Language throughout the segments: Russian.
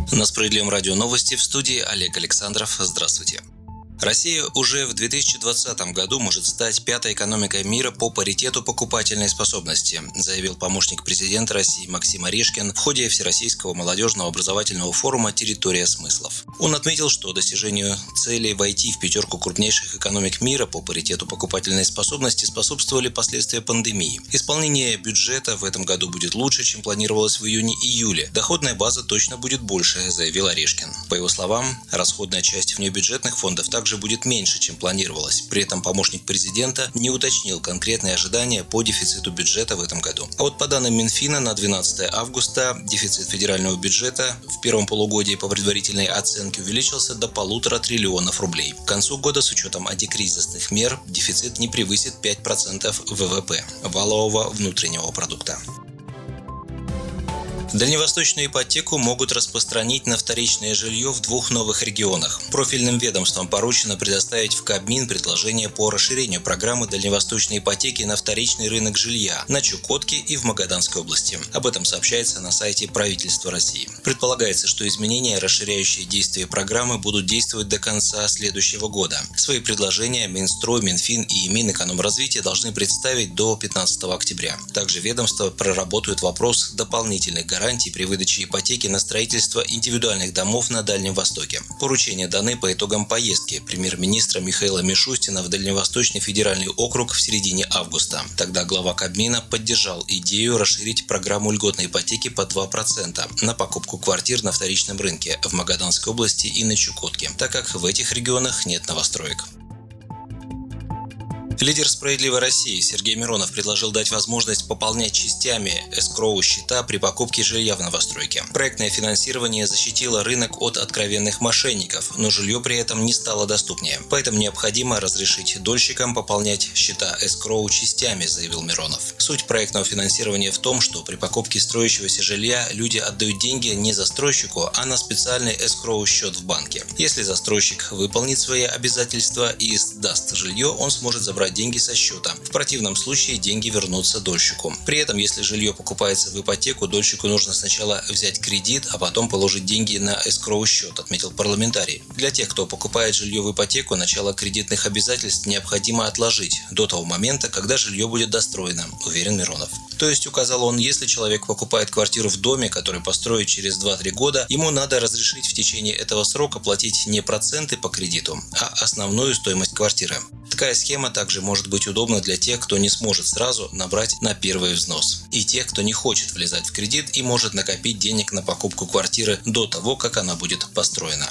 На Справедливом радио новости, в студии Олег Александров. Здравствуйте. Россия уже в 2020 году может стать пятой экономикой мира по паритету покупательной способности, заявил помощник президента России Максим Орешкин в ходе Всероссийского молодежного образовательного форума «Территория смыслов». Он отметил, что достижению цели войти в пятерку крупнейших экономик мира по паритету покупательной способности способствовали последствия пандемии. Исполнение бюджета в этом году будет лучше, чем планировалось в июне-июле. Доходная база точно будет больше, заявил Орешкин. По его словам, расходная часть внебюджетных фондов также будет меньше, чем планировалось. При этом помощник президента не уточнил конкретные ожидания по дефициту бюджета в этом году. А вот по данным Минфина на 12 августа дефицит федерального бюджета в первом полугодии по предварительной оценке увеличился до 1,5 триллиона рублей. К концу года с учетом антикризисных мер дефицит не превысит 5% ВВП – валового внутреннего продукта. Дальневосточную ипотеку могут распространить на вторичное жилье в 2 новых регионах. Профильным ведомствам поручено предоставить в Кабмин предложение по расширению программы дальневосточной ипотеки на вторичный рынок жилья на Чукотке и в Магаданской области. Об этом сообщается на сайте правительства России. Предполагается, что изменения, расширяющие действие программы, будут действовать до конца следующего года. Свои предложения Минстрой, Минфин и Минэкономразвития должны представить до 15 октября. Также ведомства проработают вопрос дополнительных гарантий при выдаче ипотеки на строительство индивидуальных домов на Дальнем Востоке. Поручения даны по итогам поездки премьер-министра Михаила Мишустина в Дальневосточный федеральный округ в середине августа. Тогда глава Кабмина поддержал идею расширить программу льготной ипотеки по 2% на покупку квартир на вторичном рынке в Магаданской области и на Чукотке, так как в этих регионах нет новостроек. Лидер «Справедливой России» Сергей Миронов предложил дать возможность пополнять частями эскроу-счета при покупке жилья в новостройке. Проектное финансирование защитило рынок от откровенных мошенников, но жилье при этом не стало доступнее. Поэтому необходимо разрешить дольщикам пополнять счета эскроу частями, заявил Миронов. Суть проектного финансирования в том, что при покупке строящегося жилья люди отдают деньги не застройщику, а на специальный эскроу-счет в банке. Если застройщик выполнит свои обязательства и сдаст жилье, он сможет забрать деньги со счета. В противном случае деньги вернутся дольщику. При этом, если жилье покупается в ипотеку, дольщику нужно сначала взять кредит, а потом положить деньги на эскроу-счет, отметил парламентарий. Для тех, кто покупает жилье в ипотеку, начало кредитных обязательств необходимо отложить до того момента, когда жилье будет достроено, уверен Миронов. То есть, указал он, если человек покупает квартиру в доме, который построят через 2-3 года, ему надо разрешить в течение этого срока платить не проценты по кредиту, а основную стоимость квартиры. Такая схема также может быть удобна для тех, кто не сможет сразу набрать на первый взнос, и тех, кто не хочет влезать в кредит и может накопить денег на покупку квартиры до того, как она будет построена.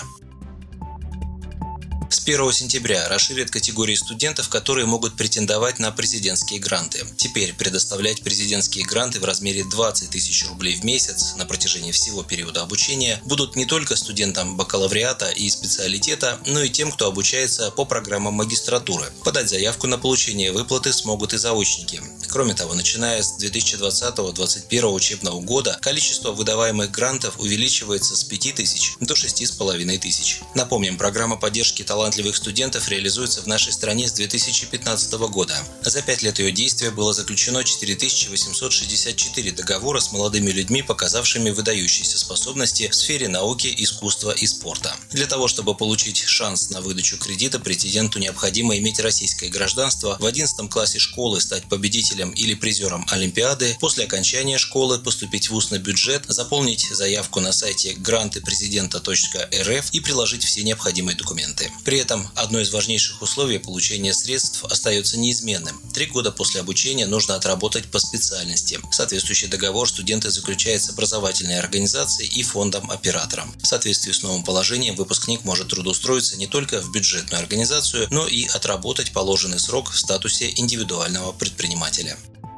С 1 сентября расширят категории студентов, которые могут претендовать на президентские гранты. Теперь предоставлять президентские гранты в размере 20 тысяч рублей в месяц на протяжении всего периода обучения будут не только студентам бакалавриата и специалитета, но и тем, кто обучается по программам магистратуры. Подать заявку на получение выплаты смогут и заочники. Кроме того, начиная с 2020-2021 учебного года количество выдаваемых грантов увеличивается с 5 тысяч до 6,5 тысяч. Напомним, программа поддержки талантливых студентов реализуется в нашей стране с 2015 года. За 5 лет ее действия было заключено 4864 договора с молодыми людьми, показавшими выдающиеся способности в сфере науки, искусства и спорта. Для того, чтобы получить шанс на выдачу кредита, претенденту необходимо иметь российское гражданство, в 11 классе школы стать победителем или призером Олимпиады, после окончания школы поступить в вуз на бюджет, заполнить заявку на сайте grantypresidenta.rf и приложить все необходимые документы. При этом одно из важнейших условий получения средств остается неизменным. 3 года после обучения нужно отработать по специальности. Соответствующий договор студенты заключают с образовательной организацией и фондом-оператором. В соответствии с новым положением выпускник может трудоустроиться не только в бюджетную организацию, но и отработать положенный срок в статусе индивидуального предпринимателя.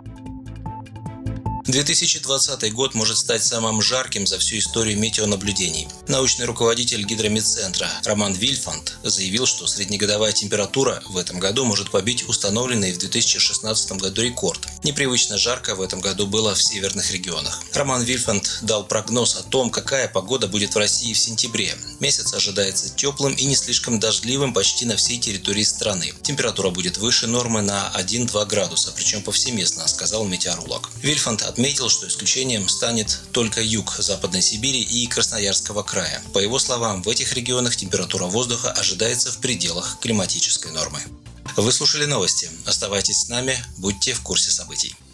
2020 год может стать самым жарким за всю историю метеонаблюдений. Научный руководитель Гидрометцентра Роман Вильфанд заявил, что среднегодовая температура в этом году может побить установленный в 2016 году рекорд. Непривычно жарко в этом году было в северных регионах. Роман Вильфанд дал прогноз о том, какая погода будет в России в сентябре. Месяц ожидается теплым и не слишком дождливым почти на всей территории страны. Температура будет выше нормы на 1-2 градуса, причем повсеместно, сказал метеоролог. Вильфанд отметил, что исключением станет только юг Западной Сибири и Красноярского края. По его словам, в этих регионах температура воздуха ожидается в пределах климатической нормы. Вы слушали новости. Оставайтесь с нами, будьте в курсе событий.